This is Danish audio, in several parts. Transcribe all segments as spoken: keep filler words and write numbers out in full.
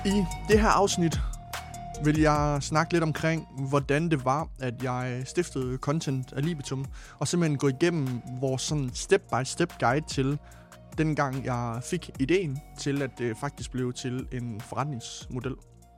I det her afsnit vil jeg snakke lidt omkring, hvordan det var, at jeg stiftede Content ad libitum, og simpelthen gå igennem vores sådan step-by-step guide til, dengang jeg fik ideen til, at det faktisk blev til en forretningsmodel.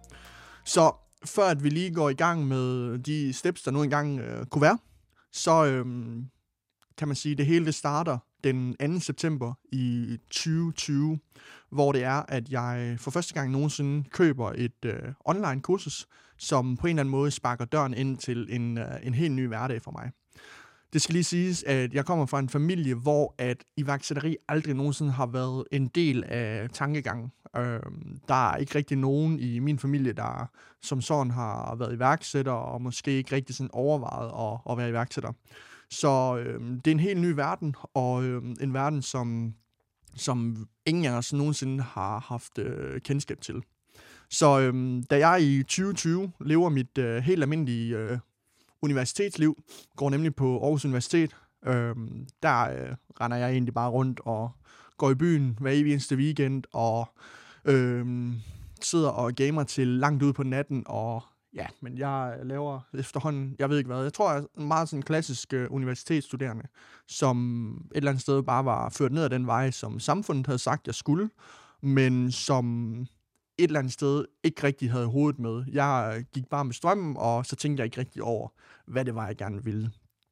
Så før at vi lige går i gang med de steps, der nu engang øh, kunne være, så øh, kan man sige, at det hele det starter den anden september i tyve tyve, hvor det er, at jeg for første gang nogensinde køber et øh, online kursus, som på en eller anden måde sparker døren ind til en, øh, en helt ny hverdag for mig. Det skal lige siges, at jeg kommer fra en familie, hvor at iværksætteri aldrig nogensinde har været en del af tankegangen. Øh, der er ikke rigtig nogen i min familie, der som sådan har været iværksætter, og måske ikke rigtig sådan overvejet at, at være iværksætter. Så øh, det er en helt ny verden, og øh, en verden, som, som ingen af os nogensinde har haft øh, kendskab til. Så øh, da jeg i tyve tyve lever mit øh, helt almindelige øh, universitetsliv, går nemlig på Aarhus Universitet, øh, der øh, render jeg egentlig bare rundt og går i byen hver evig eneste weekend, og øh, sidder og gamer til langt ude på natten, og ja, men jeg laver efterhånden, jeg ved ikke hvad, jeg tror, jeg er en meget sådan klassisk øh, universitetsstuderende, som et eller andet sted bare var ført ned ad den vej, som samfundet havde sagt, jeg skulle, men som et eller andet sted ikke rigtig havde hovedet med. Jeg gik bare med strømmen, og så tænkte jeg ikke rigtig over, hvad det var, jeg gerne ville.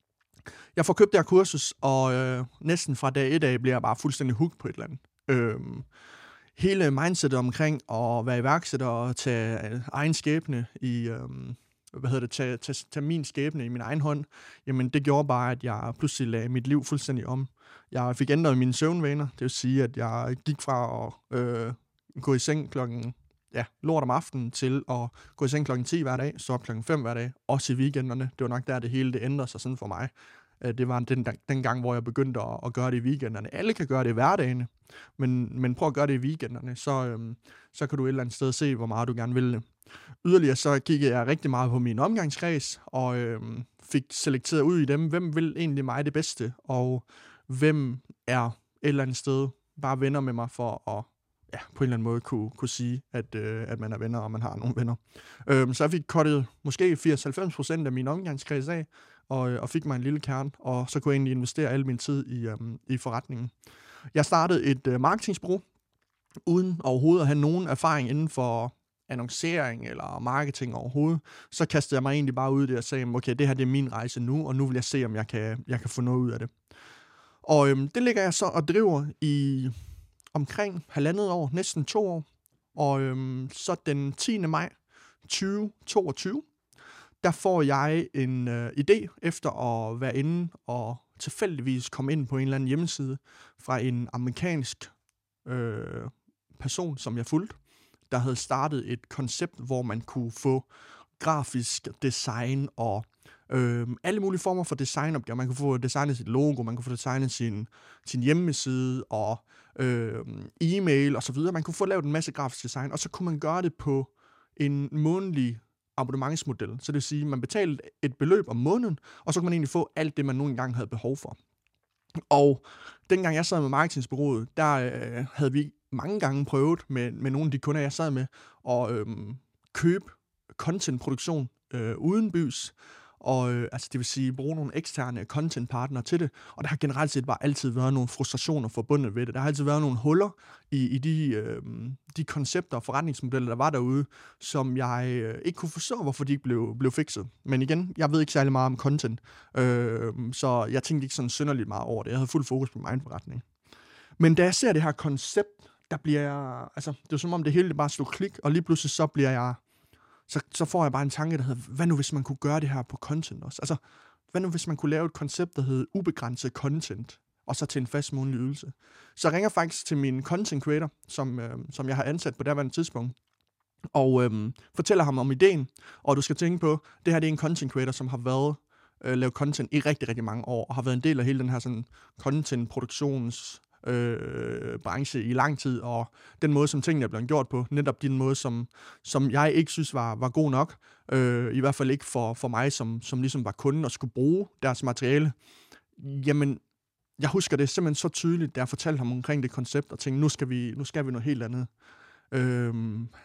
Jeg får købt det her kursus, og øh, næsten fra dag et af bliver jeg bare fuldstændig hooked på et eller andet. Øh, Hele mindsetet omkring at være iværksætter og tage egen skæbne i, øhm, hvad hedder det, tage, tage, tage min skæbne i min egen hånd, jamen det gjorde bare, at jeg pludselig lagde mit liv fuldstændig om. Jeg fik ændret mine søvnvaner, det vil sige, at jeg gik fra at øh, gå i seng klokken, ja, lort om aftenen, til at gå i seng klokken ti hver dag, så op klokken fem hver dag, også i weekenderne. Det var nok der, det hele det ændrede sig sådan for mig. Det var den, den gang, hvor jeg begyndte at, at gøre det i weekenderne. Alle kan gøre det i hverdagene, men, men prøv at gøre det i weekenderne, så, øhm, så kan du et eller andet sted se, hvor meget du gerne vil det. Yderligere så kiggede jeg rigtig meget på min omgangskreds, og øhm, fik selekteret ud i dem, hvem vil egentlig mig det bedste, og hvem er et eller andet sted bare venner med mig for at ja, på en eller anden måde kunne, kunne sige, at, øh, at man er venner, og man har nogle venner. Øhm, så jeg fik cuttet måske firs til halvfems procent af min omgangskreds af, og, og fik mig en lille kerne, og så kunne jeg egentlig investere al min tid i, øhm, i forretningen. Jeg startede et øh, marketingsbureau, uden overhovedet at have nogen erfaring inden for annoncering eller marketing overhovedet. Så kastede jeg mig egentlig bare ud i det og sagde, okay, det her det er min rejse nu, og nu vil jeg se, om jeg kan, jeg kan få noget ud af det. Og øhm, det ligger jeg så og driver i omkring halvandet år, næsten to år. Og øhm, så den tiende maj tyve toogtyve, der får jeg en øh, idé efter at være inde og tilfældigvis komme ind på en eller anden hjemmeside fra en amerikansk øh, person, som jeg fulgte, der havde startet et koncept, hvor man kunne få grafisk design og øh, alle mulige former for designopgaver. Man kunne få designet sit logo, man kunne få designet sin, sin hjemmeside og øh, e-mail og så videre. Man kunne få lavet en masse grafisk design, og så kunne man gøre det på en månedlig abonnementsmodel. Så det vil sige, at man betalte et beløb om måneden, og så kunne man egentlig få alt det, man nu engang havde behov for. Og dengang jeg sad med marketingsbureauet, der øh, havde vi mange gange prøvet med, med nogle af de kunder, jeg sad med, at øh, købe contentproduktion øh, uden bys, og øh, altså det vil sige bruge nogle eksterne contentpartnere til det, og der har generelt set bare altid været nogle frustrationer forbundet ved det. Der har altid været nogle huller i, i de, øh, de koncepter og forretningsmodeller, der var derude, som jeg øh, ikke kunne forstå, hvorfor de ikke blev, blev fikset. Men igen, jeg ved ikke særlig meget om content, øh, så jeg tænkte ikke sådan synderligt meget over det. Jeg havde fuld fokus på min egen forretning. Men da jeg ser det her koncept, der bliver jeg, altså det er som om det hele bare slog klik, og lige pludselig så bliver jeg Så, så får jeg bare en tanke, der hedder, hvad nu hvis man kunne gøre det her på content også? Altså, hvad nu hvis man kunne lave et koncept, der hedder ubegrænset content, og så til en fast månedlig ydelse? Så jeg ringer faktisk til min content creator, som, øh, som jeg har ansat på derværende tidspunkt, og øh, fortæller ham om ideen, og du skal tænke på, det her det er en content creator, som har været øh, lavet content i rigtig, rigtig mange år, og har været en del af hele den her sådan, content-produktions Øh, branche i lang tid, og den måde, som tingene er blevet gjort på, netop den måde, som, som jeg ikke synes var, var god nok, øh, i hvert fald ikke for, for mig, som, som ligesom var kunden og skulle bruge deres materiale. Jamen, jeg husker det simpelthen så tydeligt, da jeg fortalte ham omkring det koncept, og tænkte, nu skal vi, nu skal vi noget helt andet. Øh,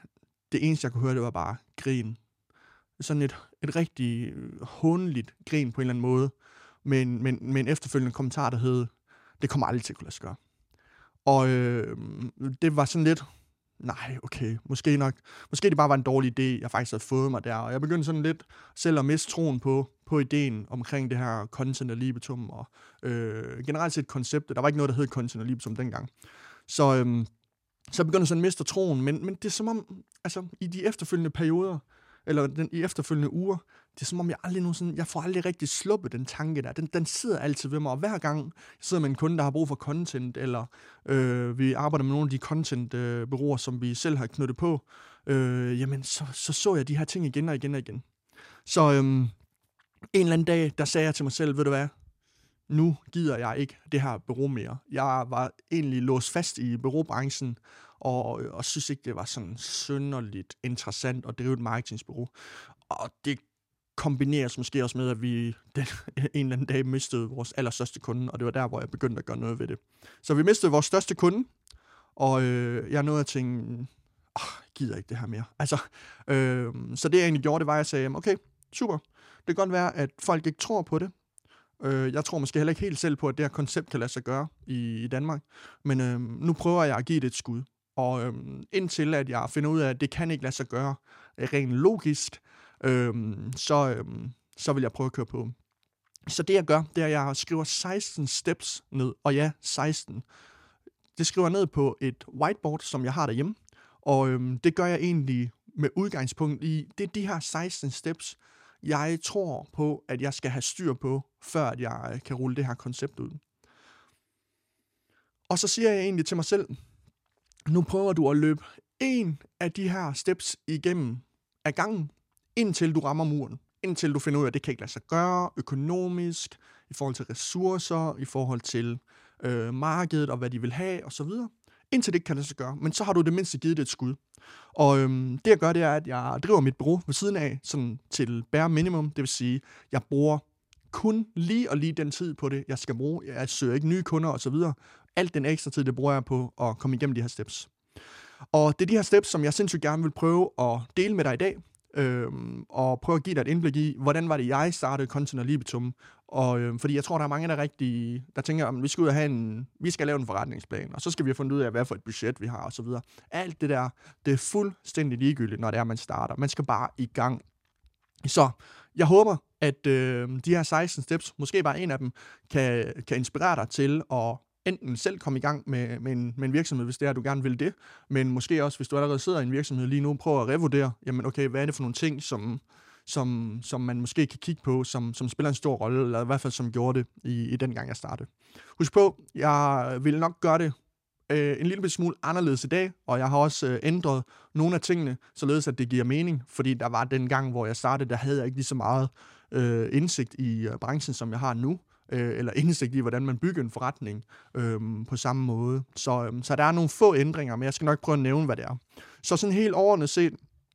det eneste, jeg kunne høre, det var bare grin. Sådan et, et rigtig hånligt grin på en eller anden måde, men, men, med en efterfølgende kommentar, der hed, det kommer aldrig til at kunne lade sig gøre. Og øh, det var sådan lidt, nej, okay, måske nok, måske det bare var en dårlig idé, jeg faktisk havde fået mig der, og jeg begyndte sådan lidt selv at miste troen på, på ideen omkring det her content ad libitum, og øh, generelt set konceptet, der var ikke noget, der hed content ad libitum dengang. Så, øh, så jeg begyndte sådan at miste troen, men, men det er som om, altså i de efterfølgende perioder, eller den, i efterfølgende uger, det er som om, jeg aldrig nogensinde, jeg får aldrig rigtig sluppet den tanke der. Den, den sidder altid ved mig, og hver gang jeg sidder med en kunde, der har brug for content, eller øh, vi arbejder med nogle af de content-bureauer, øh, som vi selv har knyttet på, øh, jamen, så, så så jeg de her ting igen og igen og igen. Så øh, en eller anden dag, der sagde jeg til mig selv, ved du hvad, nu gider jeg ikke det her bureau mere. Jeg var egentlig låst fast i bureaubranchen, og, og synes ikke, det var sådan synderligt interessant at drive et marketingsbureau. Og det kombineres måske også med, at vi den, en eller anden dag mistede vores allerstørste kunde, og det var der, hvor jeg begyndte at gøre noget ved det. Så vi mistede vores største kunde, og øh, jeg nåede at tænke, åh, jeg gider ikke det her mere. Altså, øh, så det jeg egentlig gjorde, det var, at jeg sagde, okay, super, det kan godt være, at folk ikke tror på det. Øh, jeg tror måske heller ikke helt selv på, at det her koncept kan lade sig gøre i, i Danmark, men øh, nu prøver jeg at give det et skud. Og øh, indtil at jeg finder ud af, at det kan ikke lade sig gøre rent logisk, øh, så, øh, så vil jeg prøve at køre på. Så det jeg gør, det er, at jeg skriver seksten steps ned, og ja, seksten. Det skriver jeg ned på et whiteboard, som jeg har derhjemme, og øh, det gør jeg egentlig med udgangspunkt i, det er de her seksten steps, jeg tror på, at jeg skal have styr på, før at jeg kan rulle det her koncept ud. Og så siger jeg egentlig til mig selv, nu prøver du at løbe en af de her steps igennem af gangen, indtil du rammer muren. Indtil du finder ud af, at det kan ikke lade sig gøre økonomisk, i forhold til ressourcer, i forhold til øh, markedet og hvad de vil have osv. Indtil det ikke kan lade sig gøre. Men så har du det mindste givet det et skud. Og øhm, det jeg gør, det er, at jeg driver mit bureau ved siden af, sådan til bare minimum. Det vil sige, jeg bruger kun lige og lige den tid på det, jeg skal bruge. Jeg søger ikke nye kunder osv. Alt den ekstra tid, det bruger jeg på at komme igennem de her steps. Og det er de her steps, som jeg sindssygt gerne vil prøve at dele med dig i dag. Øhm, og prøve at give dig et indblik i, hvordan var det, jeg startede content ad libitum. Og, øhm, fordi jeg tror, der er mange, der rigtig, der tænker, at vi skal ud og have en, vi skal lave en forretningsplan, og så skal vi have fundet ud af, hvad for et budget vi har, og så videre. Alt det der, det er fuldstændig ligegyldigt, når det er, man starter. Man skal bare i gang. Så jeg håber, at øh, de her seksten steps, måske bare en af dem, kan, kan inspirere dig til at enten selv komme i gang med, med, en, med en virksomhed, hvis det er, du gerne vil det, men måske også, hvis du allerede sidder i en virksomhed lige nu, prøver at revurdere, jamen okay, hvad er det for nogle ting, som, som, som man måske kan kigge på, som, som spiller en stor rolle, eller i hvert fald som gjorde det i, i den gang, jeg startede. Husk på, jeg vil nok gøre det øh, en lille smule anderledes i dag, og jeg har også øh, ændret nogle af tingene, således at det giver mening, fordi der var den gang, hvor jeg startede, der havde jeg ikke lige så meget øh, indsigt i øh, branchen, som jeg har nu, øh, eller indsigt i, hvordan man bygger en forretning øh, på samme måde. Så, øh, så der er nogle få ændringer, men jeg skal nok prøve at nævne, hvad det er. Så sådan helt overordnet set,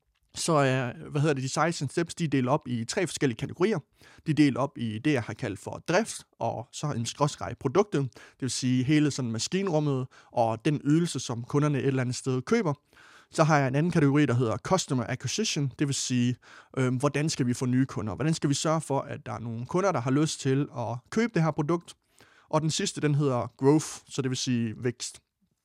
så er, hvad hedder det, de seksten steps, de er delt op i tre forskellige kategorier. De er delt op i det, jeg har kaldt for drift, og så en skråstreg produktet, det vil sige hele sådan maskinrummet, og den ydelse, som kunderne et eller andet sted køber. Så har jeg en anden kategori, der hedder Customer Acquisition, det vil sige, øh, hvordan skal vi få nye kunder? Hvordan skal vi sørge for, at der er nogle kunder, der har lyst til at købe det her produkt? Og den sidste, den hedder Growth, så det vil sige vækst.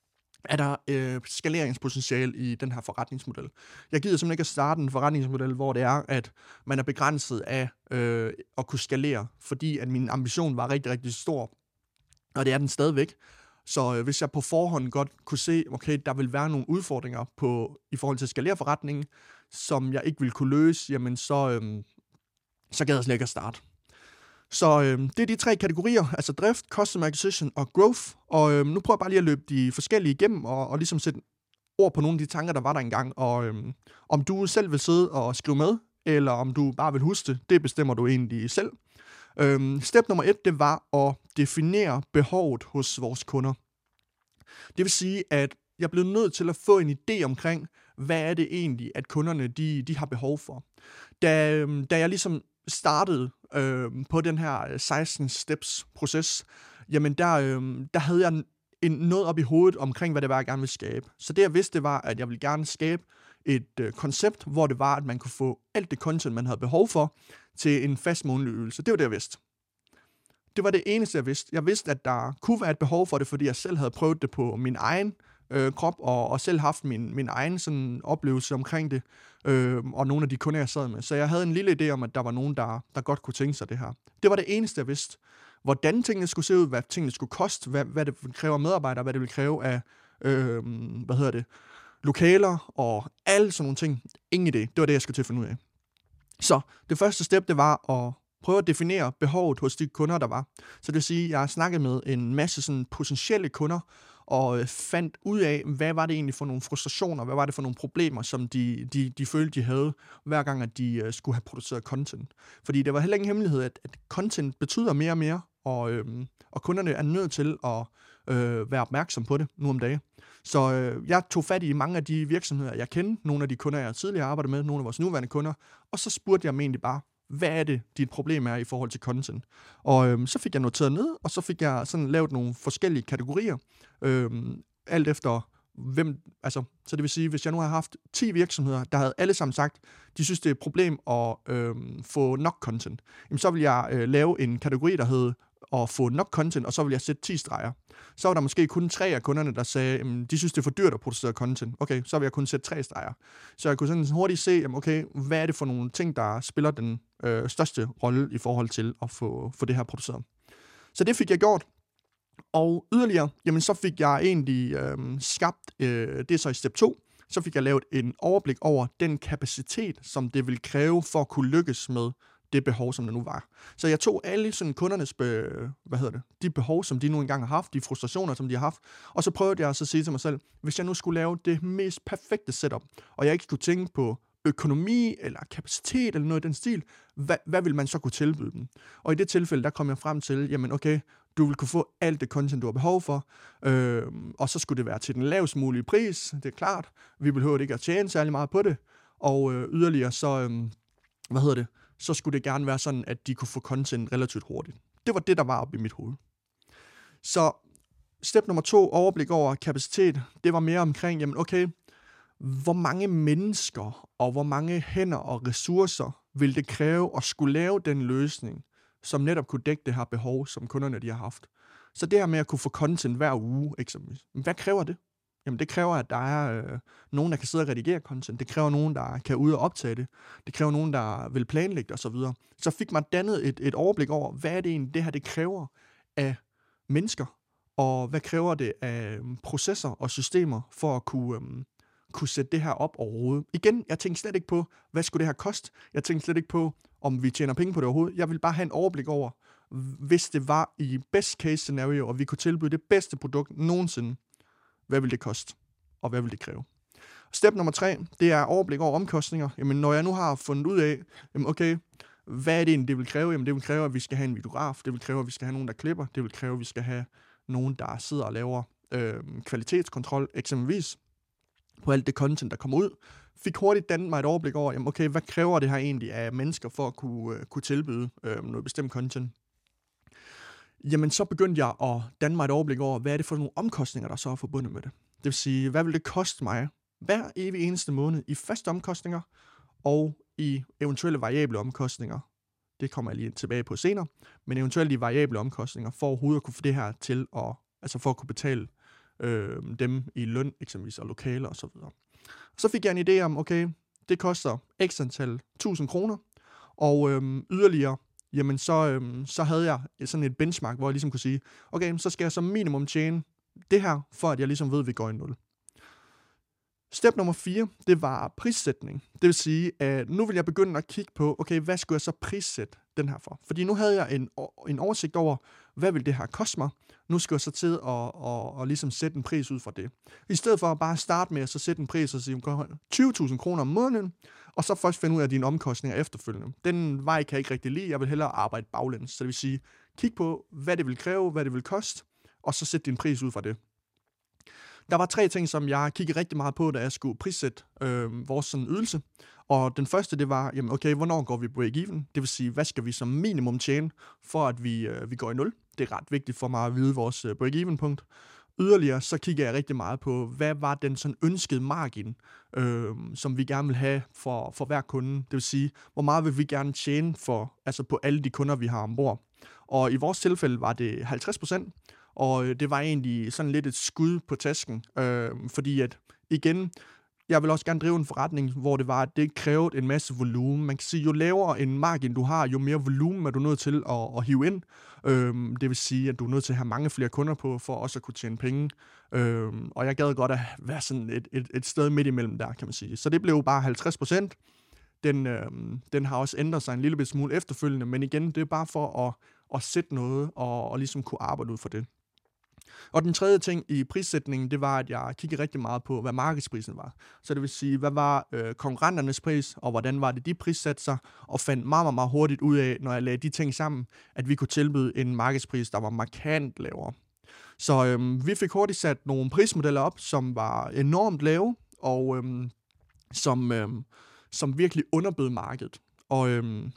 Er der øh, skaleringspotentiale i den her forretningsmodel? Jeg gider simpelthen ikke at starte en forretningsmodel, hvor det er, at man er begrænset af øh, at kunne skalere, fordi at min ambition var rigtig, rigtig stor, og det er den stadigvæk. Så øh, hvis jeg på forhånd godt kunne se, okay, der vil være nogle udfordringer på, i forhold til at skalere forretningen, som jeg ikke vil kunne løse, jamen så, øh, så gad jeg slet ikke at starte. Så øh, det er de tre kategorier, altså drift, customer acquisition og growth. Og øh, nu prøver jeg bare lige at løbe de forskellige igennem, og, og ligesom sætte ord på nogle af de tanker, der var der engang. Og øh, om du selv vil sidde og skrive med, eller om du bare vil huske det, det bestemmer du egentlig selv. Øh, step nummer et, det var at definere behovet hos vores kunder. Det vil sige, at jeg blev nødt til at få en idé omkring, hvad er det egentlig, at kunderne de, de har behov for. Da, øh, da jeg ligesom startede øh, på den her seksten steps proces, jamen der, øh, der havde jeg en, noget op i hovedet omkring, hvad det var, jeg gerne ville skabe. Så det jeg vidste, det var, at jeg ville gerne skabe et øh, koncept, hvor det var, at man kunne få alt det content, man havde behov for, til en fast månedlig ydelse. Det var det, jeg vidste. Det var det eneste, jeg vidste. Jeg vidste, at der kunne være et behov for det, fordi jeg selv havde prøvet det på min egen øh, krop, og, og selv haft min, min egen sådan, oplevelse omkring det, øh, og nogle af de kunder, jeg sad med. Så jeg havde en lille idé om, at der var nogen, der, der godt kunne tænke sig det her. Det var det eneste, jeg vidste. Hvordan tingene skulle se ud, hvad tingene skulle koste, hvad, hvad det ville kræve af medarbejdere, hvad det ville kræve af, øh, hvad hedder det, lokaler, og alle sådan nogle ting. Ingen idé. Det var det, jeg skulle til at finde ud af. Så det første step, det var at prøve at definere behovet hos de kunder, der var. Så det vil sige, at jeg har snakket med en masse sådan potentielle kunder, og fandt ud af, hvad var det egentlig for nogle frustrationer, hvad var det for nogle problemer, som de, de, de følte, de havde, hver gang, at de uh, skulle have produceret content. Fordi det var heller ingen hemmelighed, at, at content betyder mere og mere, og, øhm, og kunderne er nødt til at øh, være opmærksom på det nu om dagen. Så øh, jeg tog fat i mange af de virksomheder, jeg kender, nogle af de kunder, jeg tidligere arbejdede med, nogle af vores nuværende kunder, og så spurgte jeg dem egentlig bare, hvad er det, dit problem er i forhold til content? Og øhm, så fik jeg noteret ned, og så fik jeg sådan lavet nogle forskellige kategorier, øhm, alt efter hvem, altså, så det vil sige, hvis jeg nu har haft ti virksomheder, der havde alle sammen sagt, de synes, det er et problem at øhm, få nok content, jamen, så vil jeg øh, lave en kategori, der hed at få nok content, og så vil jeg sætte ti streger. Så var der måske kun tre af kunderne, der sagde, jamen, de synes, det er for dyrt at producere content. Okay, så vil jeg kun sætte tre streger. Så jeg kunne sådan hurtigt se, jamen, okay, hvad er det for nogle ting, der spiller den øh, største rolle i forhold til at få, få det her produceret. Så det fik jeg gjort. Og yderligere, jamen, så fik jeg egentlig øh, skabt, øh, det er så i step to, så fik jeg lavet en overblik over den kapacitet, som det vil kræve for at kunne lykkes med det behov, som der nu var. Så jeg tog alle sådan kundernes, be, hvad hedder det, de behov, som de nu engang har haft, de frustrationer, som de har haft, og så prøvede jeg så at sige til mig selv, hvis jeg nu skulle lave det mest perfekte setup, og jeg ikke skulle tænke på økonomi, eller kapacitet, eller noget i den stil, hvad, hvad vil man så kunne tilbyde dem? Og i det tilfælde, der kom jeg frem til, jamen okay, du vil kunne få alt det content, du har behov for, øh, og så skulle det være til den lavest mulige pris, det er klart, vi behøver ikke at tjene særlig meget på det, og øh, yderligere så, øh, hvad hedder det, så skulle det gerne være sådan, at de kunne få content relativt hurtigt. Det var det, der var oppe i mit hoved. Så step nummer to, overblik over kapacitet, det var mere omkring, jamen okay, hvor mange mennesker og hvor mange hænder og ressourcer vil det kræve at skulle lave den løsning, som netop kunne dække det her behov, som kunderne de har haft. Så det her med at kunne få content hver uge, eksempelvis. Hvad kræver det? Jamen det kræver, at der er øh, nogen, der kan sidde og redigere content. Det kræver nogen, der kan ud og optage det. Det kræver nogen, der vil planlægge det osv. Så, så fik man dannet et, et overblik over, hvad er det egentlig, det her det kræver af mennesker, og hvad kræver det af processer og systemer for at kunne, øhm, kunne sætte det her op overhovedet. Igen, jeg tænkte slet ikke på, hvad skulle det her koste? Jeg tænkte slet ikke på, om vi tjener penge på det overhovedet. Jeg vil bare have en overblik over, hvis det var i best case scenario, og vi kunne tilbyde det bedste produkt nogensinde. Hvad vil det koste, og hvad vil det kræve? Step nummer tre, det er overblik over omkostninger. Jamen, når jeg nu har fundet ud af, jamen okay, hvad er det egentlig, det vil kræve? Jamen, det vil kræve, at vi skal have en videograf. Det vil kræve, at vi skal have nogen, der klipper. Det vil kræve, at vi skal have nogen, der sidder og laver øh, kvalitetskontrol, eksempelvis, på alt det content, der kommer ud. Fik hurtigt dannet mig et overblik over, jamen okay, hvad kræver det her egentlig af mennesker for at kunne, øh, kunne tilbyde øh, noget bestemt content? Jamen, så begyndte jeg at danne mig et overblik over, hvad er det for nogle omkostninger, der så er forbundet med det. Det vil sige, hvad vil det koste mig hver evig eneste måned i faste omkostninger og i eventuelle variable omkostninger. Det kommer jeg lige tilbage på senere. Men eventuelt i variable omkostninger for overhovedet at kunne få det her til at, altså for at kunne betale øh, dem i løn, eksempelvis, og lokaler osv. Så fik jeg en idé om, okay, det koster x antal tusind kroner, og øh, yderligere, jamen så, øhm, så havde jeg sådan et benchmark, hvor jeg ligesom kunne sige, okay, så skal jeg som minimum tjene det her, for at jeg ligesom ved, at vi går i nul. Step nummer fire, det var prissætning. Det vil sige, at nu vil jeg begynde at kigge på, okay, hvad skulle jeg så prissætte den her for? Fordi nu havde jeg en, en oversigt over, hvad vil det her koste mig? Nu skal jeg så til at, at, at ligesom sætte en pris ud fra det. I stedet for at bare starte med at så sætte en pris og sige, tyve tusind kroner om måneden, og så først finde ud af dine omkostninger efterfølgende. Den vej kan jeg ikke rigtig lide. Jeg vil hellere arbejde baglæns. Så det vil sige, kig på, hvad det vil kræve, hvad det vil koste, og så sæt din pris ud fra det. Der var tre ting, som jeg kiggede rigtig meget på, da jeg skulle prissætte øh, vores sådan ydelse. Og den første, det var, jamen okay, hvornår går vi break-even? Det vil sige, hvad skal vi som minimum tjene, for at vi, øh, vi går i nul? Det er ret vigtigt for mig at vide vores øh, break-even-punkt. Yderligere så kigger jeg rigtig meget på, hvad var den sådan ønskede margin, øh, som vi gerne vil have for, for hver kunde. Det vil sige, hvor meget vil vi gerne tjene for, altså på alle de kunder, vi har ombord. Og i vores tilfælde var det halvtreds procent, og det var egentlig sådan lidt et skud på tasken, øh, fordi at igen, jeg vil også gerne drive en forretning, hvor det var, at det krævede en masse volumen. Man kan sige, jo lavere en margin du har, jo mere volumen er du nødt til at, at hive ind. Øhm, det vil sige, at du er nødt til at have mange flere kunder på, for også at kunne tjene penge. Øhm, og jeg gad godt at være sådan et, et, et sted midt imellem der, kan man sige. Så det blev bare halvtreds procent. Den, øhm, den har også ændret sig en lille smule efterfølgende, men igen, det er bare for at, at sætte noget og, og ligesom kunne arbejde ud for det. Og den tredje ting i prissætningen, det var, at jeg kiggede rigtig meget på, hvad markedsprisen var. Så det vil sige, hvad var øh, konkurrenternes pris, og hvordan var det, de prissatte sig, og fandt meget, meget, meget hurtigt ud af, når jeg lagde de ting sammen, at vi kunne tilbyde en markedspris, der var markant lavere. Så øh, vi fik hurtigt sat nogle prismodeller op, som var enormt lave, og øh, som, øh, som virkelig underbød markedet. Og øh,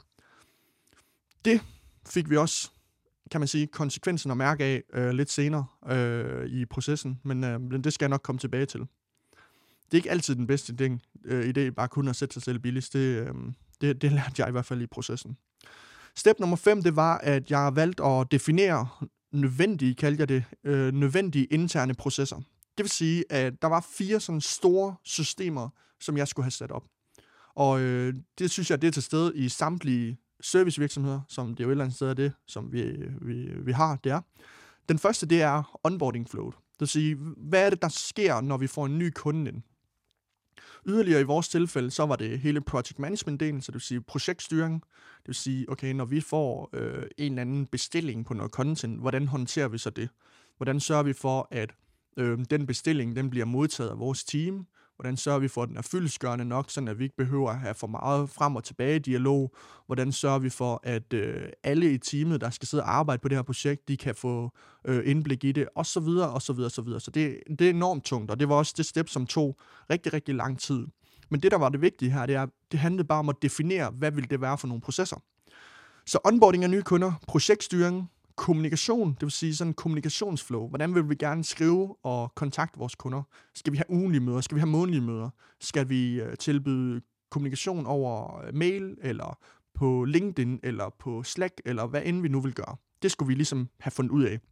det fik vi også, kan man sige, konsekvensen at mærke af øh, lidt senere øh, i processen, men øh, det skal jeg nok komme tilbage til. Det er ikke altid den bedste ting, øh, idé, bare kun at sætte sig selv billigst. Det, øh, det, det lærte jeg i hvert fald i processen. Step nummer fem, det var, at jeg valgte at definere nødvendige, kaldte jeg det, øh, nødvendige interne processer. Det vil sige, at der var fire sådan store systemer, som jeg skulle have sat op. Og øh, det synes jeg, det er til stede i samtlige servicevirksomheder, som det jo et eller andet sted er det, som vi, vi, vi har, det er. Den første, det er onboarding flow. Det vil sige, hvad er det, der sker, når vi får en ny kunde ind? Yderligere i vores tilfælde, så var det hele project management-delen, så det vil sige projektstyring. Det vil sige, okay, når vi får øh, en eller anden bestilling på noget content, hvordan håndterer vi så det? Hvordan sørger vi for, at øh, den bestilling, den bliver modtaget af vores team? Hvordan sørger vi for, at den er fyldestgørende nok, så at vi ikke behøver at have for meget frem og tilbage dialog? Hvordan sørger vi for, at øh, alle i teamet, der skal sidde og arbejde på det her projekt, de kan få øh, indblik i det, og så videre, og så videre, og så videre. Så det, det er enormt tungt, og det var også det step, som tog rigtig, rigtig lang tid. Men det, der var det vigtige her, det er, det handlede bare om at definere, hvad vil det være for nogle processer. Så onboarding af nye kunder, projektstyring, kommunikation, det vil sige sådan en kommunikationsflow. Hvordan vil vi gerne skrive og kontakte vores kunder? Skal vi have ugenlige møder? Skal vi have månedlige møder? Skal vi uh, tilbyde kommunikation over mail, eller på LinkedIn, eller på Slack, eller hvad end vi nu vil gøre? Det skulle vi ligesom have fundet ud af.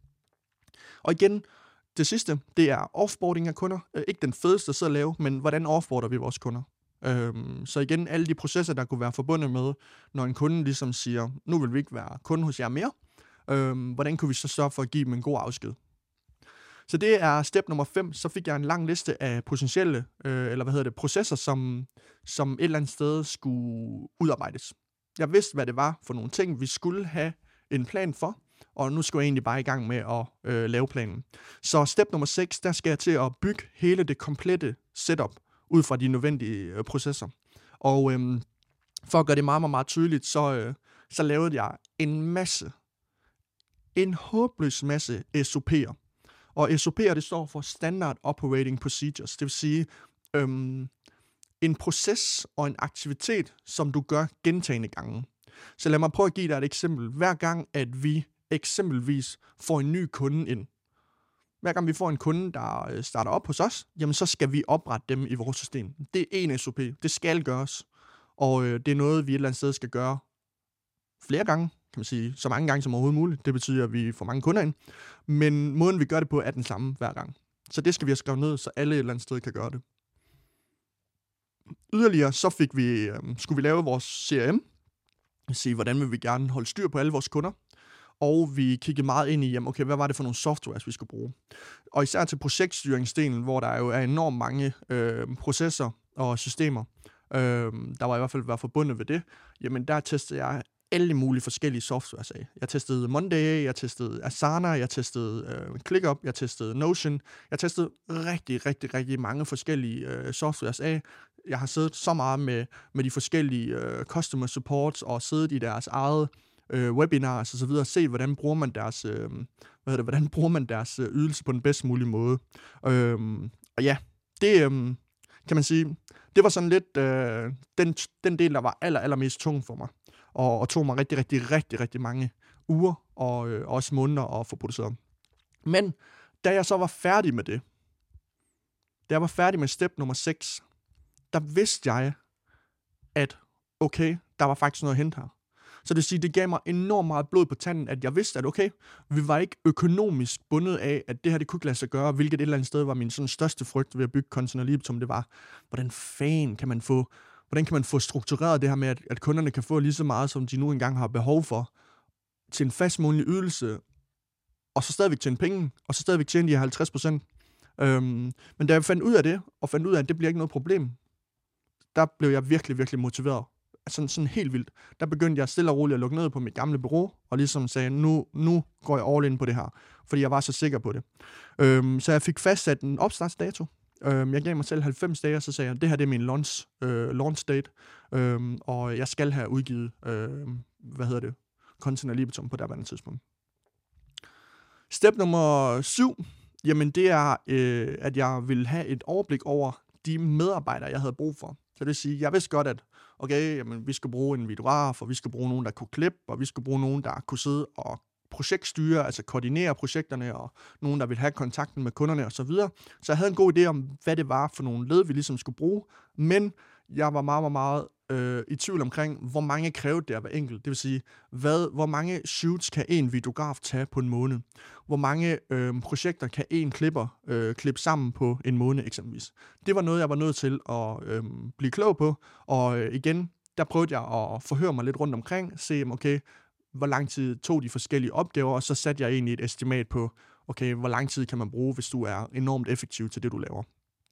Og igen, det sidste, det er offboarding af kunder. Uh, ikke den fedeste at sidde og lave, men hvordan offboarder vi vores kunder? Øhm, så igen, alle de processer, der kunne være forbundet med, når en kunde ligesom siger, nu vil vi ikke være kunde hos jer mere, Øhm, hvordan kunne vi så sørge for at give dem en god afsked? Så det er step nummer fem. Så fik jeg en lang liste af potentielle, øh, eller hvad hedder det, processer, som, som et eller andet sted skulle udarbejdes. Jeg vidste, hvad det var for nogle ting, vi skulle have en plan for, og nu skulle jeg egentlig bare i gang med at øh, lave planen. Så step nummer seks, der skal jeg til at bygge hele det komplette setup ud fra de nødvendige øh, processer. Og øh, for at gøre det meget, meget, meget tydeligt, så, øh, så lavede jeg en masse En håbløs masse S O P'er. Og S O P'er, det står for Standard Operating Procedures. Det vil sige, øhm, en proces og en aktivitet, som du gør gentagne gange. Så lad mig prøve at give dig et eksempel. Hver gang, at vi eksempelvis får en ny kunde ind. Hver gang vi får en kunde, der starter op hos os, jamen så skal vi oprette dem i vores system. Det er en S O P. Det skal gøres. Og øh, det er noget, vi et eller andet sted skal gøre flere gange. Kan man sige, så mange gange som overhovedet muligt. Det betyder, at vi får mange kunder ind. Men måden, vi gør det på, er den samme hver gang. Så det skal vi have skrevet ned, så alle et eller andet sted kan gøre det. Yderligere, så fik vi, øh, skulle vi lave vores C R M. Se, hvordan vil vi gerne holde styr på alle vores kunder. Og vi kiggede meget ind i, jamen, okay, hvad var det for nogle softwares, vi skulle bruge. Og især til projektstyringsdelen, hvor der jo er enormt mange øh, processer og systemer, øh, der var i hvert fald været forbundet ved det. Jamen, der testede jeg alle mulige forskellige softwares af. Jeg testede Monday, jeg testede Asana, jeg testede øh, ClickUp, jeg testede Notion. Jeg testede rigtig, rigtig, rigtig mange forskellige øh, softwares af. Jeg har siddet så meget med, med de forskellige øh, customer supports og siddet i deres eget øh, webinars og så videre, og se, hvordan bruger man deres, øh, hvad hedder det, hvordan bruger man deres øh, ydelse på den bedst mulige måde. Øh, og ja, det øh, kan man sige, det var sådan lidt øh, den, den del, der var aller, allermest tung for mig. Og, og tog mig rigtig, rigtig, rigtig, rigtig mange uger og øh, også måneder at få produceret. Men Da jeg så var færdig med det, da jeg var færdig med step nummer seks, der vidste jeg, at okay, der var faktisk noget at hente her. Så det vil sige, det gav mig enormt meget blod på tanden, at jeg vidste, at okay, vi var ikke økonomisk bundet af, at det her, det kunne ikke lade sig gøre, hvilket et eller andet sted var min sådan største frygt ved at bygge Content ad libitum, det var, hvordan fanden kan man få, hvordan kan man få struktureret det her med, at, at kunderne kan få lige så meget, som de nu engang har behov for, til en fast månedlig ydelse, og så stadigvæk tjene penge, og så stadigvæk tjene de her halvtreds procent. Øhm, men da jeg fandt ud af det, og fandt ud af, at det bliver ikke noget problem, der blev jeg virkelig, virkelig motiveret. Sådan, sådan helt vildt. Der begyndte jeg stille og roligt at lukke ned på mit gamle bureau, og ligesom sagde, nu, nu går jeg all in på det her, fordi jeg var så sikker på det. Øhm, så jeg fik fastsat en opstartsdato. Øhm, jeg gav mig selv halvfems dage, og så sagde jeg, det her det er min launch, øh, launch date, øhm, og jeg skal have udgivet, øh, hvad hedder det, Content ad libitum på derværende tidspunkt. Step nummer syv, jamen det er, øh, at jeg vil have et overblik over de medarbejdere, jeg havde brug for. Så det vil sige, jeg vidste godt, at okay, jamen, vi skal bruge en videograf, og vi skal bruge nogen, der kunne klippe, og vi skal bruge nogen, der kunne sidde og projektstyre, altså koordinere projekterne, og nogen, der vil have kontakten med kunderne osv. Så, så jeg havde en god idé om, hvad det var for nogle led, vi ligesom skulle bruge, men jeg var meget, meget, meget øh, i tvivl omkring, hvor mange krævede det at være enkelt. Det vil sige, hvad, hvor mange shoots kan en videograf tage på en måned? Hvor mange øh, projekter kan en klipper øh, klippe sammen på en måned eksempelvis? Det var noget, jeg var nødt til at øh, blive klog på, og øh, igen, der prøvede jeg at forhøre mig lidt rundt omkring, se, okay, hvor lang tid tog de forskellige opgaver, og så satte jeg egentlig et estimat på, okay, hvor lang tid kan man bruge, hvis du er enormt effektiv til det, du laver.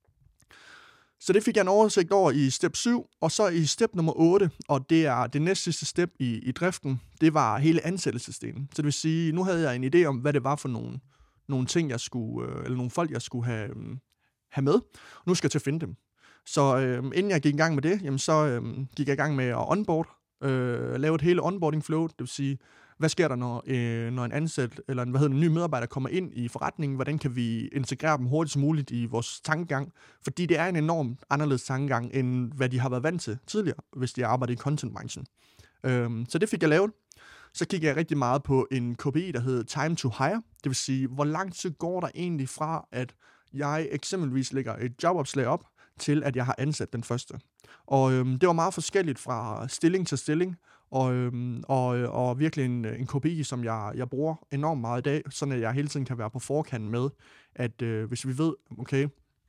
Så det fik jeg en oversigt over i step syv, og så i step nummer otte, og det er det næste sidste step i, i driften, det var hele ansættelsesdelen. Så det vil sige, nu havde jeg en idé om, hvad det var for nogle, nogle ting, jeg skulle, eller nogle folk, jeg skulle have, have med. Nu skal jeg til at finde dem. Så øh, inden jeg gik i gang med det, jamen, så øh, gik jeg i gang med at onboard, øh, lave et hele onboarding flow, det vil sige, hvad sker der, når, øh, når en ansat eller en, hvad hedder, en ny medarbejder kommer ind i forretningen? Hvordan kan vi integrere dem hurtigst muligt i vores tankegang? Fordi det er en enormt anderledes tankegang, end hvad de har været vant til tidligere, hvis de arbejder i content-branchen. Øhm, så det fik jeg lavet. Så kiggede jeg rigtig meget på en K P I, der hedder Time to Hire. Det vil sige, hvor lang tid går der egentlig fra, at jeg eksempelvis lægger et jobopslag op, til at jeg har ansat den første. Og øhm, det var meget forskelligt fra stilling til stilling, og, øhm, og, og virkelig en, en K P I, som jeg, jeg bruger enormt meget i dag, sådan at jeg hele tiden kan være på forkant med, at øh, hvis vi ved, okay,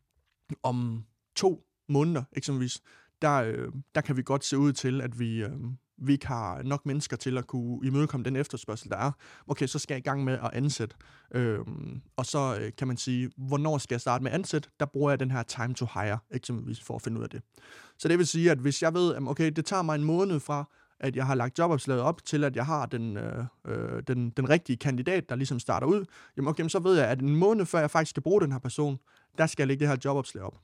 om to måneder eksempelvis, der, øh, der kan vi godt se ud til, at vi, øh, vi ikke har nok mennesker til at kunne imødekomme den efterspørgsel, der er. Okay, så skal jeg i gang med at ansætte. Øhm, og så øh, kan man sige, hvornår skal jeg starte med at ansætte? Der bruger jeg den her time to hire, eksempelvis, for at finde ud af det. Så det vil sige, at hvis jeg ved, at okay, det tager mig en måned fra, at jeg har lagt jobopslaget op, til at jeg har den, øh, øh, den, den rigtige kandidat, der ligesom starter ud, jamen okay, så ved jeg, at en måned før jeg faktisk skal bruge den her person, der skal jeg lægge det her jobopslag op.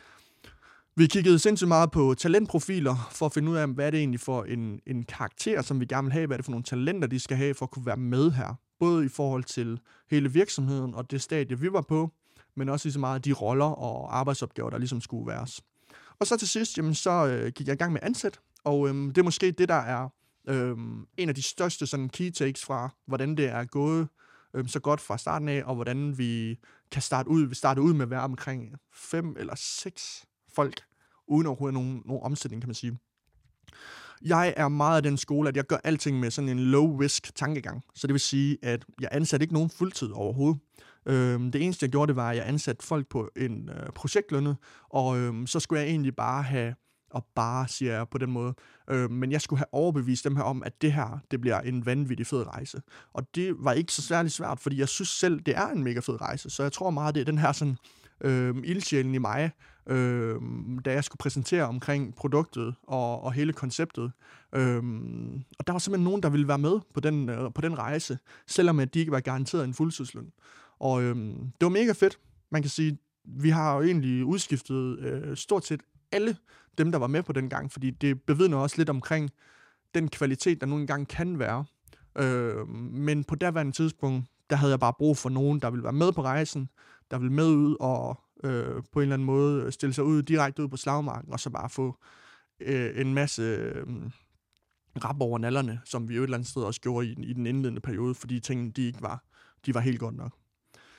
Vi kiggede sindssygt meget på talentprofiler, for at finde ud af, hvad er det egentlig for en, en karakter, som vi gerne vil have, hvad er det for nogle talenter, de skal have, for at kunne være med her. Både i forhold til hele virksomheden og det stadie, vi var på, men også lige så meget de roller og arbejdsopgaver, der ligesom skulle væres. Og så til sidst, jamen, så øh, gik jeg i gang med ansæt, og øh, det er måske det, der er øh, en af de største sådan, key takes fra, hvordan det er gået øh, så godt fra starten af, og hvordan vi kan starte ud, vi starte ud med at være omkring fem eller seks folk, uden overhovedet nogen, nogen omsætning, kan man sige. Jeg er meget af den skole, at jeg gør alting med sådan en low-risk tankegang. Så det vil sige, at jeg ansatte ikke nogen fuldtid overhovedet. Øhm, det eneste, jeg gjorde, det var, at jeg ansatte folk på en øh, projektlønne, og øhm, så skulle jeg egentlig bare have, og bare siger jeg på den måde, øh, men jeg skulle have overbevist dem her om, at det her, det bliver en vanvittig fed rejse. Og det var ikke så særlig svært, fordi jeg synes selv, det er en mega fed rejse. Så jeg tror meget, det er den her sådan, øh, ildsjælen i mig, øh, da jeg skulle præsentere omkring produktet og, og hele konceptet. Øh, og der var simpelthen nogen, der ville være med på den, øh, på den rejse, selvom at de ikke var garanteret en fuldtidsløn. Og øh, det var mega fedt. Man kan sige, vi har jo egentlig udskiftet øh, stort set alle dem, der var med på den gang, fordi det bevidner også lidt omkring den kvalitet, der nu engang kan være. Øh, men på derværende tidspunkt, der havde jeg bare brug for nogen, der ville være med på rejsen, der ville med ud og øh, på en eller anden måde stille sig ud direkte ud på slagmarken, og så bare få øh, en masse øh, rap over nallerne, som vi jo et eller andet sted også gjorde i, i den indledende periode, fordi tingene, de ikke var, de var helt godt nok.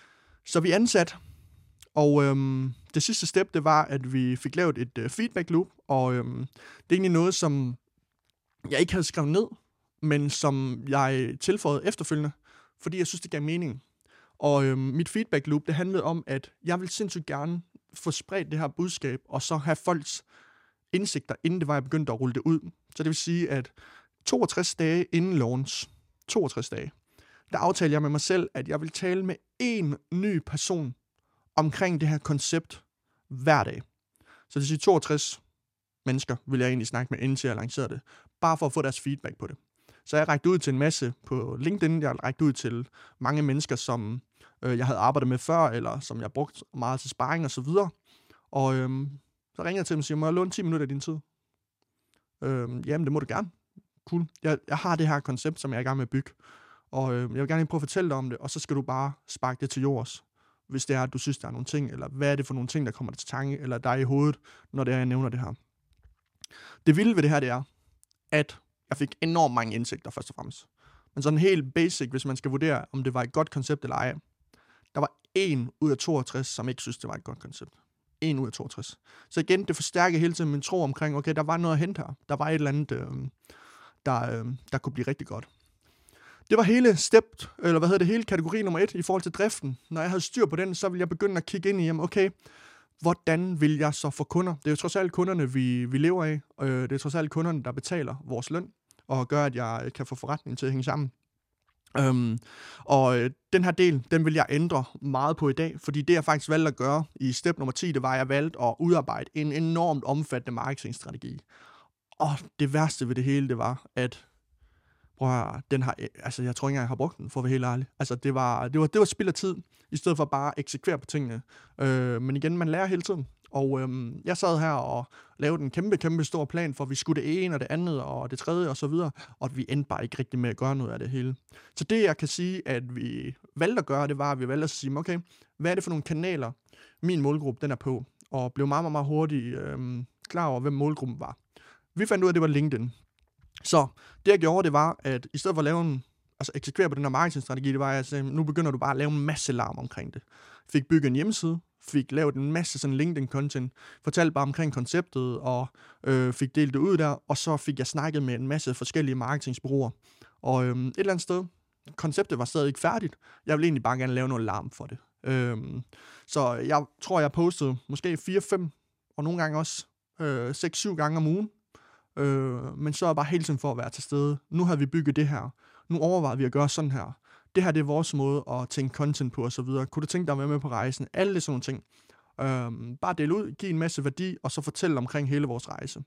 Så vi ansatte, og øhm, det sidste step, det var, at vi fik lavet et øh, feedback loop, og øhm, det er egentlig noget, som jeg ikke havde skrevet ned, men som jeg tilføjede efterfølgende, fordi jeg synes, det gav mening. Og øhm, mit feedback loop, det handlede om, at jeg ville sindssygt gerne få spredt det her budskab, og så have folks indsigter, inden det var, jeg begyndte at rulle det ud. Så det vil sige, at toogtres dage inden launch, toogtres dage, der aftalte jeg med mig selv, at jeg vil tale med én ny person omkring det her koncept hver dag. Så det vil sige, toogtres mennesker vil jeg egentlig snakke med, inden til jeg lancerede det. Bare for at få deres feedback på det. Så jeg rækte ud til en masse på LinkedIn. Jeg rækte ud til mange mennesker, som øh, jeg havde arbejdet med før, eller som jeg brugte meget til sparring og så videre. Og øhm, så ringede jeg til dem og siger, må jeg låne ti minutter af din tid? Øhm, jamen, det må du gerne. Cool. Jeg, jeg har det her koncept, som jeg er i gang med at bygge. Og øh, jeg vil gerne prøve at fortælle dig om det, og så skal du bare sparke det til jords. Hvis det er, at du synes, der er nogle ting, eller hvad er det for nogle ting, der kommer til tanke, eller dig i hovedet, når det er, jeg nævner det her. Det vilde ved det her, det er, at jeg fik enormt mange indsigter, først og fremmest. Men sådan helt basic, hvis man skal vurdere, om det var et godt koncept eller ej. Der var en ud af toogtres, som ikke synes, det var et godt koncept. en ud af toogtres. Så igen, det forstærker hele tiden min tro omkring, okay, der var noget at hente her. Der var et eller andet, øh, der, øh, der kunne blive rigtig godt. Det var hele step, eller hvad hedder det, hele kategori nummer et i forhold til driften. Når jeg havde styr på den, så ville jeg begynde at kigge ind i, jamen, okay, hvordan vil jeg så få kunder? Det er jo trods alt kunderne, vi, vi lever af. Øh, det er trods alt kunderne, der betaler vores løn, og gør, at jeg kan få forretningen til at hænge sammen. Øhm, og øh, den her del, den vil jeg ændre meget på i dag, fordi det jeg faktisk valgte at gøre i step nummer ti, det var, at jeg valgte at udarbejde en enormt omfattende marketingstrategi. Og det værste ved det hele, det var, at prøv at høre, den har, altså jeg tror ikke engang, jeg har brugt den, for at være helt ærlig. Altså det var, det var, det var spild af tid, i stedet for bare at eksekvere på tingene. Øh, men igen, man lærer hele tiden. Og øhm, jeg sad her og lavede en kæmpe, kæmpe stor plan, for vi skulle det ene og det andet og det tredje og så videre, og vi endte bare ikke rigtig med at gøre noget af det hele. Så det jeg kan sige, at vi valgte at gøre, det var, at vi valgte at sige, okay, hvad er det for nogle kanaler, min målgruppe den er på, og blev meget, meget, meget hurtigt øhm, klar over, hvem målgruppen var. Vi fandt ud af, at det var LinkedIn. Så det jeg gjorde, det var, at i stedet for at lave en, altså eksekvere på den her marketingstrategi, det var, at jeg sagde, nu begynder du bare at lave en masse larm omkring det. Fik bygget en hjemmeside, fik lavet en masse sådan LinkedIn-content, fortalte bare omkring konceptet, og øh, fik delt det ud der, og så fik jeg snakket med en masse forskellige marketingsbureauer. Og øh, et eller andet sted, konceptet var stadig ikke færdigt. Jeg ville egentlig bare gerne lave noget larm for det. Øh, så jeg tror, jeg postede måske fire fem, og nogle gange også øh, seks syv gange om ugen. Øh, men så er jeg bare hele tiden for at være til stede. Nu har vi bygget det her. Nu overvejer vi at gøre sådan her. Det her det er vores måde at tænke content på og så videre. Kunne du tænke dig at være med på rejsen? Alle sådan nogle ting. Øhm, bare del ud, give en masse værdi, og så fortælle omkring hele vores rejse.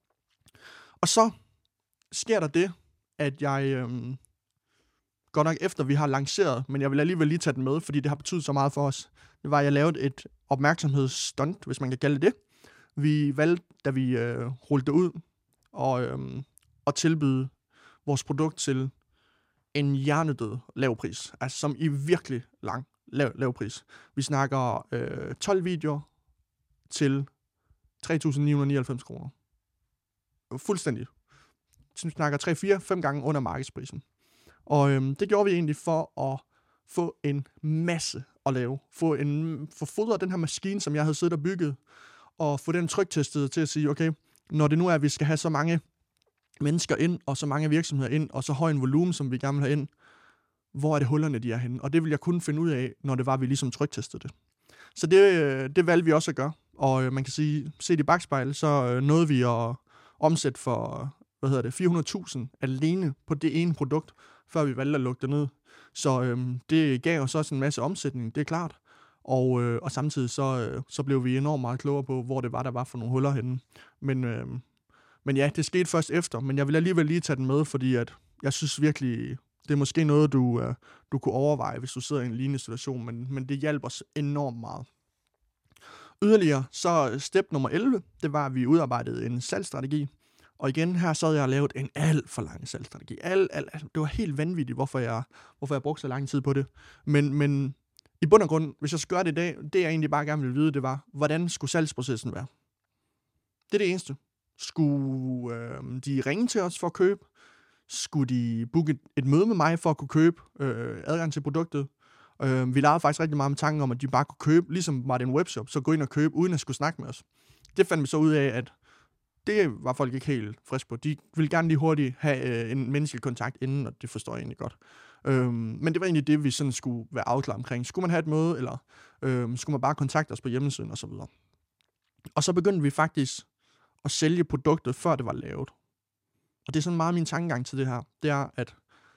Og så sker der det, at jeg, øhm, godt nok efter vi har lanceret, men jeg vil alligevel lige tage den med, fordi det har betydet så meget for os. Det var, at jeg lavede et opmærksomhedsstunt, hvis man kan kalde det. Vi valgte, da vi øh, rullede det ud, og, øhm, og tilbyde vores produkt til en hjernedød lav pris, altså som i virkelig lang lav, lav pris. Vi snakker øh, tolv videoer til tre tusind ni hundrede nioghalvfems kroner. Fuldstændig. Vi snakker tre, fire, fem gange under markedsprisen. Og øhm, det gjorde vi egentlig for at få en masse at lave. Få, en, få fodret den her maskine, som jeg havde siddet og bygget, og få den tryktestet til at sige, okay, når det nu er, at vi skal have så mange mennesker ind, og så mange virksomheder ind, og så høj en volumen, som vi gerne vil have ind, hvor er det hullerne, de er henne? Og det vil jeg kun finde ud af, når det var, vi ligesom tryktestede det. Så det, det valgte vi også at gøre. Og øh, man kan sige, set i bagspejl, så øh, nåede vi at omsætte for, hvad hedder det, fire hundrede tusind alene på det ene produkt, før vi valgte at lukke det ned. Så øh, det gav os også en masse omsætning, det er klart. Og, øh, og samtidig så, øh, så blev vi enormt meget klogere på, hvor det var, der var for nogle huller henne. Men, øh, men ja, det skete først efter. Men jeg vil alligevel lige tage den med, fordi at jeg synes virkelig, det er måske noget, du, øh, du kunne overveje, hvis du sidder i en lignende situation. Men, men det hjælper os enormt meget. Yderligere, så step nummer elleve, det var, at vi udarbejdede en salgsstrategi. Og igen, her så havde jeg lavet en alt for lang salgsstrategi. Alt, alt, alt. Det var helt vanvittigt, hvorfor jeg, hvorfor jeg brugte så lang tid på det. Men, men i bund og grund, hvis jeg skulle gøre det i dag, det jeg egentlig bare gerne ville vide, det var, hvordan skulle salgsprocessen være? Det er det eneste. Skulle øh, de ringe til os for at købe? Skulle de booke et, et møde med mig for at kunne købe øh, adgang til produktet? Øh, vi legede faktisk rigtig meget med tanken om, at de bare kunne købe, ligesom var det en webshop, så gå ind og købe, uden at skulle snakke med os. Det fandt vi så ud af, at det var folk ikke helt friske på. De ville gerne lige hurtigt have øh, en menneskelig kontakt inden, og det forstår jeg egentlig godt. Øhm, men det var egentlig det, vi sådan skulle være afklaret omkring. Skulle man have et møde, eller øhm, skulle man bare kontakte os på hjemmesiden og så videre. Og så begyndte vi faktisk at sælge produktet, før det var lavet. Og det er sådan meget min tankegang til det her. Det er, at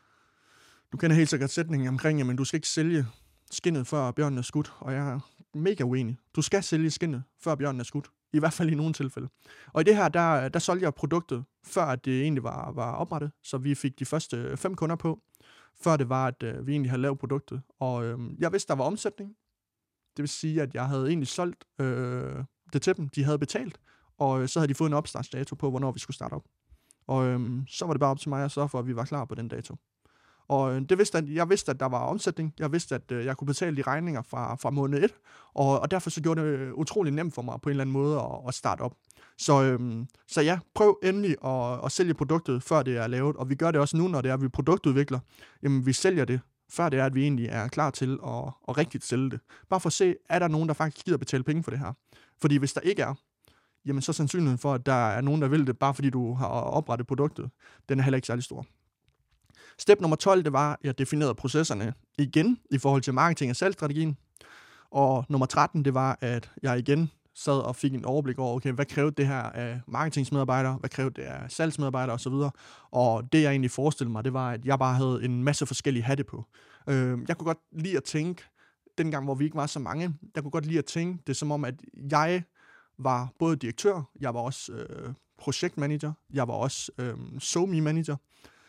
du kender helt sikkert sætningen omkring, jamen du skal ikke sælge skindet, før bjørnen er skudt. Og jeg er mega uenig. Du skal sælge skindet, før bjørnen er skudt. I hvert fald i nogle tilfælde. Og i det her, der, der solgte jeg produktet, før at det egentlig var, var oprettet. Så vi fik de første fem kunder på, før det var, at øh, vi egentlig havde lavet produktet. Og øh, jeg vidste, der var omsætning. Det vil sige, at jeg havde egentlig solgt øh, det til dem. De havde betalt, og øh, så havde de fået en opstartsdato på, hvornår vi skulle starte op. Og øh, så var det bare op til mig at sørge for, at vi var klar på den dato. Og det vidste, at jeg vidste, at der var omsætning. Jeg vidste, at øh, jeg kunne betale de regninger fra, fra måned et. Og, og derfor så gjorde det utrolig nemt for mig på en eller anden måde at, at starte op. Så, øhm, så ja, prøv endelig at, at sælge produktet, før det er lavet. Og vi gør det også nu, når det er, at vi produktudvikler. Jamen, vi sælger det, før det er, at vi egentlig er klar til at, at rigtigt sælge det. Bare for at se, er der nogen, der faktisk gider betale penge for det her? Fordi hvis der ikke er, jamen så er sandsynligheden for, at der er nogen, der vil det, bare fordi du har oprettet produktet, den er heller ikke særlig stor. Step nummer tolv, det var, at jeg definerede processerne igen i forhold til marketing- og salgsstrategien. Og nummer tretten, det var, at jeg igen sad og fik en overblik over, okay, hvad krævede det her af marketingsmedarbejdere, hvad krævede det af salgsmedarbejdere osv. Og det, jeg egentlig forestillede mig, det var, at jeg bare havde en masse forskellige hatte på. Jeg kunne godt lide at tænke, dengang, hvor vi ikke var så mange, jeg kunne godt lide at tænke det som om, at jeg var både direktør, jeg var også øh, projektmanager, jeg var også øh, SoMe manager,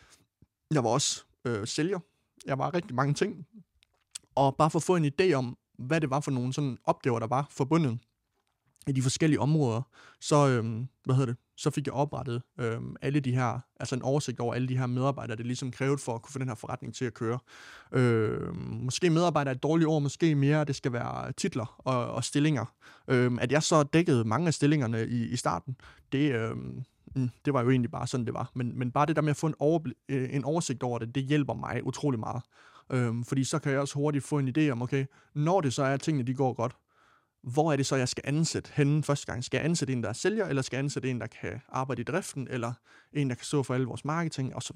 jeg var også øh, sælger. Jeg var rigtig mange ting. Og bare for at få en idé om, hvad det var for nogle sådan opgaver, der var forbundet i de forskellige områder, så, øh, hvad hedder det, så fik jeg oprettet øh, alle de her, altså en oversigt over alle de her medarbejdere, det ligesom krævede for at kunne få den her forretning til at køre. Øh, måske medarbejdere er et dårligt ord, måske mere, det skal være titler og, og stillinger. Øh, at jeg så dækkede mange af stillingerne i, i starten, det... Øh, Mm, det var jo egentlig bare sådan, det var. Men, men bare det der med at få en, overblik, en oversigt over det, det hjælper mig utrolig meget. Øhm, fordi så kan jeg også hurtigt få en idé om, okay, når det så er, at tingene de går godt, hvor er det så, jeg skal ansætte henne første gang? Skal jeg ansætte en, der er sælger, eller skal jeg ansætte en, der kan arbejde i driften, eller en, der kan stå for alle vores marketing, osv.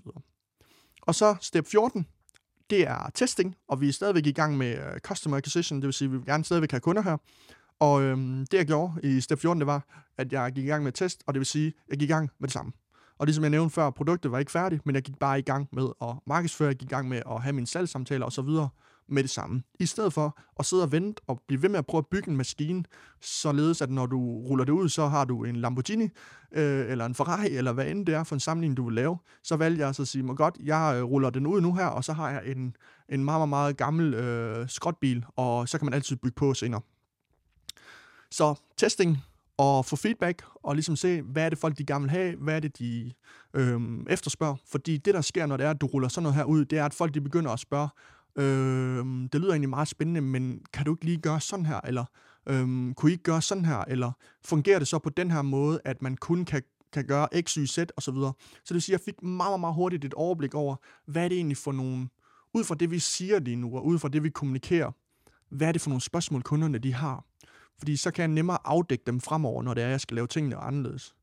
Og så step fjorten, det er testing, og vi er stadigvæk i gang med uh, customer acquisition, det vil sige, at vi vil gerne stadigvæk have kunder her. Og øhm, det jeg gjorde i step fjorten, det var, at jeg gik i gang med test, og det vil sige, at jeg gik i gang med det samme. Og ligesom jeg nævnte før, produktet var ikke færdigt, men jeg gik bare i gang med at markedsføre, jeg gik i gang med at have mine salgssamtaler osv. med det samme. I stedet for at sidde og vente og blive ved med at prøve at bygge en maskine, således at når du ruller det ud, så har du en Lamborghini, øh, eller en Ferrari, eller hvad end det er for en sammenligning, du vil lave. Så valgte jeg altså at sige, godt, jeg øh, ruller den ud nu her, og så har jeg en, en meget, meget, meget gammel øh, skrotbil, og så kan man altid bygge på senere. Så testing og få feedback, og ligesom se, hvad er det folk de gerne vil have, hvad er det de øhm, efterspørger. Fordi det der sker, når det er, at du ruller sådan noget her ud, det er, at folk de begynder at spørge, øhm, det lyder egentlig meget spændende, men kan du ikke lige gøre sådan her, eller øhm, kunne I ikke gøre sådan her, eller fungerer det så på den her måde, at man kun kan, kan gøre X, Y, Z, og så videre. Så det vil sige, at jeg fik meget, meget, meget hurtigt et overblik over, hvad er det egentlig for nogle, ud fra det vi siger lige nu, og ud fra det vi kommunikerer, hvad er det for nogle spørgsmål, kunderne de har. Fordi så kan jeg nemmere afdække dem fremover, når det er, jeg skal lave tingene anderledes.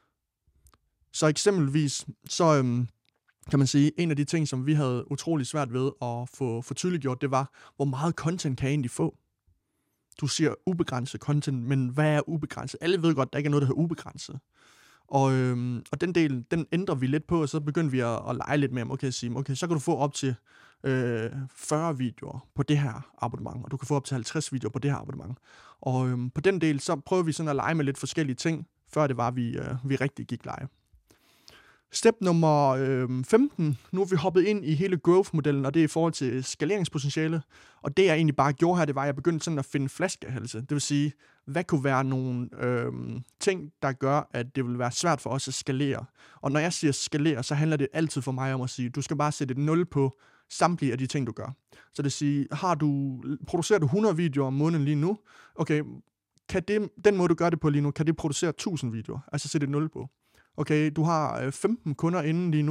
Så eksempelvis, så øhm, kan man sige, en af de ting, som vi havde utrolig svært ved at få, få tydeliggjort, det var, hvor meget content kan jeg egentlig få? Du siger ubegrænset content, men hvad er ubegrænset? Alle ved godt, at der ikke er noget, der hedder ubegrænset. Og, øhm, og den del, den ændrer vi lidt på, og så begyndte vi at, at lege lidt med, okay, at sige, okay, så kan du få op til øh, fyrre videoer på det her abonnement, og du kan få op til halvtreds videoer på det her abonnement. Og øhm, på den del, så prøver vi sådan at lege med lidt forskellige ting, før det var, vi, øh, vi rigtig gik live. Step nummer øh, femten, nu er vi hoppet ind i hele growth-modellen, og det er i forhold til skaleringspotentiale. Og det jeg egentlig bare gjorde her, det var, at jeg begyndte sådan at finde flaskehalse. Det vil sige, hvad kunne være nogle øh, ting, der gør, at det vil være svært for os at skalere. Og når jeg siger skalere, så handler det altid for mig om at sige, du skal bare sætte et nul på samtlige af de ting, du gør. Så det vil sige, har du, producerer du hundrede videoer om måneden lige nu, okay, kan det, den måde du gør det på lige nu, kan det producere tusind videoer? Altså sætte et nul på. Okay, du har femten kunder inde lige nu.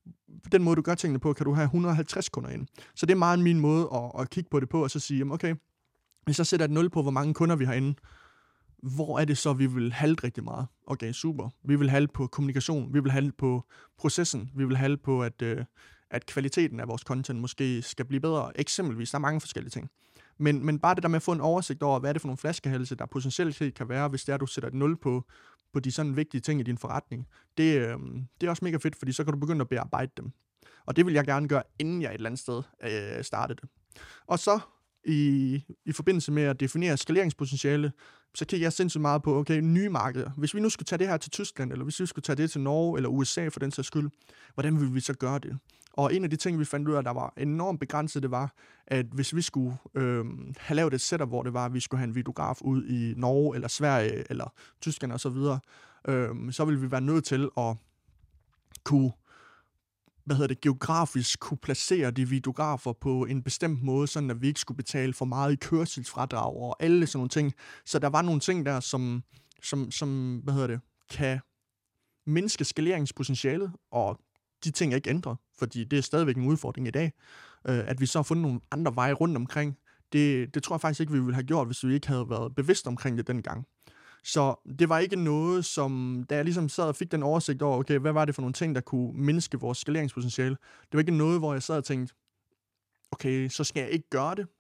den måde, du gør tingene på, kan du have et hundrede og halvtreds kunder ind. Så det er meget min måde at, at kigge på det på, og så sige, jamen okay, hvis jeg sætter et nul på, hvor mange kunder vi har inde, hvor er det så, vi vil halte rigtig meget? Okay, super. Vi vil halte på kommunikation, vi vil halte på processen, vi vil halte på, at, øh, at kvaliteten af vores content måske skal blive bedre. Eksempelvis, der er mange forskellige ting. Men, men bare det der med at få en oversigt over, hvad er det for nogle flaskehalse, der potentielt set kan være, hvis det er, du sætter et nul på, på de sådan vigtige ting i din forretning. Det, øh, det er også mega fedt, fordi så kan du begynde at bearbejde dem. Og det vil jeg gerne gøre, inden jeg et eller andet sted øh, startede det. Og så i, i forbindelse med at definere skaleringspotentiale, så kigger jeg sindssygt meget på, okay, nye markeder. Hvis vi nu skulle tage det her til Tyskland, eller hvis vi skulle tage det til Norge, eller U S A for den sags skyld, hvordan ville vi så gøre det? Og en af de ting, vi fandt ud af, der var enormt begrænset, det var, at hvis vi skulle øh, have lavet et setup, hvor det var, at vi skulle have en videograf ud i Norge, eller Sverige, eller Tyskland osv., øh, så ville vi være nødt til at kunne hvad hedder det, geografisk kunne placere de videografer på en bestemt måde, sådan at vi ikke skulle betale for meget i kørselsfradrag og alle sådan nogle ting. Så der var nogle ting der, som, som, som hvad hedder det, kan mindske skaleringspotentialet, og de ting er ikke ændret, fordi det er stadigvæk en udfordring i dag. At vi så har fundet nogle andre veje rundt omkring, det, det tror jeg faktisk ikke, vi ville have gjort, hvis vi ikke havde været bevidst omkring det dengang. Så det var ikke noget, som, da jeg ligesom sad og fik den oversigt over, okay, hvad var det for nogle ting, der kunne mindske vores skaleringspotentiale? Det var ikke noget, hvor jeg sad og tænkte, okay, så skal jeg ikke gøre det.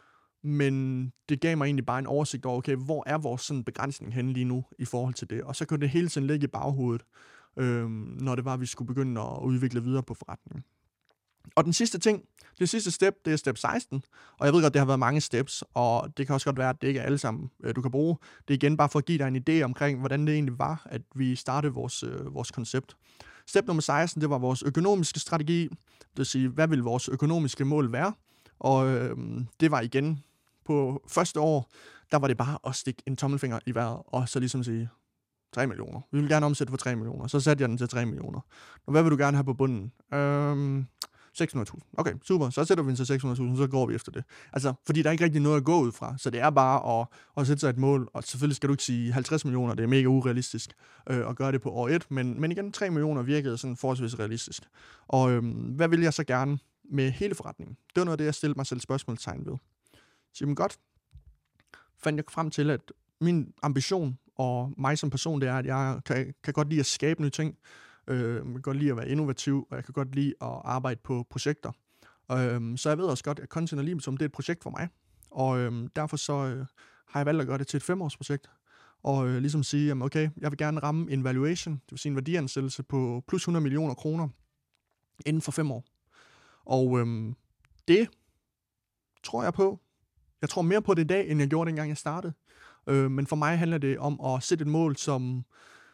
Men det gav mig egentlig bare en oversigt over, okay, hvor er vores sådan begrænsning henne lige nu i forhold til det? Og så kunne det hele tiden ligge i baghovedet, øh, når det var, at vi skulle begynde at udvikle videre på forretningen. Og den sidste ting, det sidste step, det er step seksten, og jeg ved godt, det har været mange steps, og det kan også godt være, at det ikke er alle sammen, du kan bruge. Det er igen bare for at give dig en idé omkring, hvordan det egentlig var, at vi startede vores, øh, vores koncept. Step nummer seksten, det var vores økonomiske strategi, det vil sige, hvad vil vores økonomiske mål være? Og øh, det var igen, på første år, der var det bare at stikke en tommelfinger i vejret, og så ligesom sige, tre millioner. Vi vil gerne omsætte for tre millioner. Så satte jeg den til tre millioner. Og hvad vil du gerne have på bunden? Øhm, seks hundrede tusind. Okay, super. Så sætter vi den til seks hundrede tusind, så går vi efter det. Altså, fordi der er ikke rigtig noget at gå ud fra. Så det er bare at, at sætte sig et mål. Og selvfølgelig skal du ikke sige halvtreds millioner. Det er mega urealistisk øh, at gøre det på år et. Men, men igen, tre millioner virkede sådan forholdsvis realistisk. Og øhm, hvad vil jeg så gerne med hele forretningen? Det var noget af det, jeg stillede mig selv spørgsmålstegn ved. Så jamen godt, fandt jeg frem til, at min ambition og mig som person, det er, at jeg kan, kan godt lide at skabe nye ting. Øh, jeg kan godt lide at være innovativ, og jeg kan godt lide at arbejde på projekter. Øh, så jeg ved også godt, at Content og Libitum, det er et projekt for mig. Og øh, derfor så øh, har jeg valgt at gøre det til et femårsprojekt. Og øh, ligesom sige, jamen okay, jeg vil gerne ramme en valuation, det vil sige en værdiansættelse på plus hundrede millioner kroner inden for fem år. Og øh, det tror jeg på. Jeg tror mere på det i dag, end jeg gjorde dengang jeg startede. Øh, men for mig handler det om at sætte et mål, som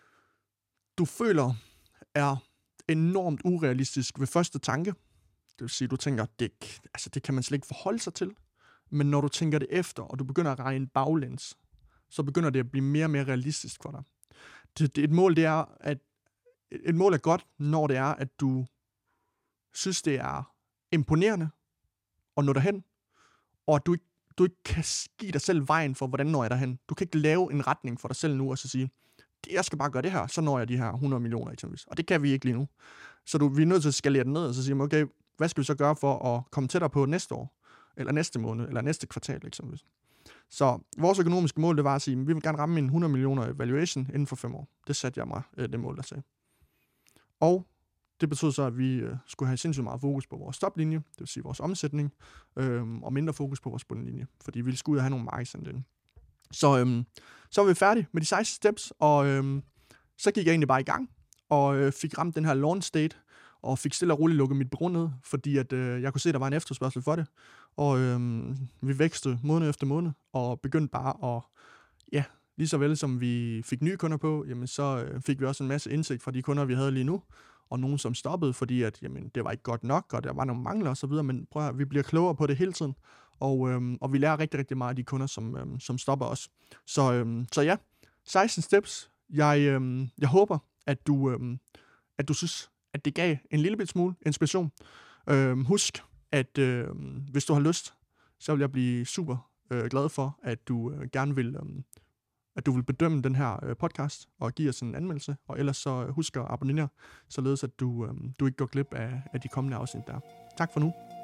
du føler er enormt urealistisk ved første tanke. Det vil sige, du tænker, det, altså, det kan man slet ikke forholde sig til. Men når du tænker det efter, og du begynder at regne baglæns, så begynder det at blive mere og mere realistisk for dig. Det, det, et mål, det er, at et mål er godt, når det er, at du synes, det er imponerende at nå derhen, og at du ikke du ikke kan give dig selv vejen for, hvordan når jeg derhen. Du kan ikke lave en retning for dig selv nu, og så sige, jeg skal bare gøre det her, så når jeg de her hundrede millioner eksempelvis. Og det kan vi ikke lige nu. Så du, vi er nødt til at skalere den ned, og så sige, okay, hvad skal vi så gøre for at komme tættere på næste år, eller næste måned, eller næste kvartal eksempelvis. Så vores økonomiske mål, det var at sige, vi vil gerne ramme en hundrede millioner evaluation inden for fem år. Det satte jeg mig, det mål, der sagde. Og det betød så, at vi øh, skulle have sindssygt meget fokus på vores stoplinje, det vil sige vores omsætning, øh, og mindre fokus på vores bundlinje, fordi vi skulle ud og have nogle markedsandele. Så, øh, så var vi færdige med de seksten steps, og øh, så gik jeg egentlig bare i gang, og øh, fik ramt den her launch date, og fik stille og roligt lukket mit bureau ned, fordi at, øh, jeg kunne se, at der var en efterspørgsel for det, og øh, vi vækstede måned efter måned, og begyndte bare at, ja, lige så vel som vi fik nye kunder på, jamen så øh, fik vi også en masse indsigt fra de kunder, vi havde lige nu, og nogen, som stoppede, fordi at, jamen, det var ikke godt nok, og der var nogle mangler osv., men prøv at høre, vi bliver klogere på det hele tiden, og, øhm, og vi lærer rigtig, rigtig meget af de kunder, som, øhm, som stopper os. Så, øhm, så ja, seksten steps. Jeg, øhm, jeg håber, at du, øhm, at du synes, at det gav en lille bit smule inspiration. Øhm, husk, at øhm, hvis du har lyst, så vil jeg blive super øh, glad for, at du øh, gerne vil... Øhm, at du vil bedømme den her øh, podcast og give os en anmeldelse. Og ellers så husk at abonnere, således at du, øh, du ikke går glip af, af de kommende afsnit der. Tak for nu.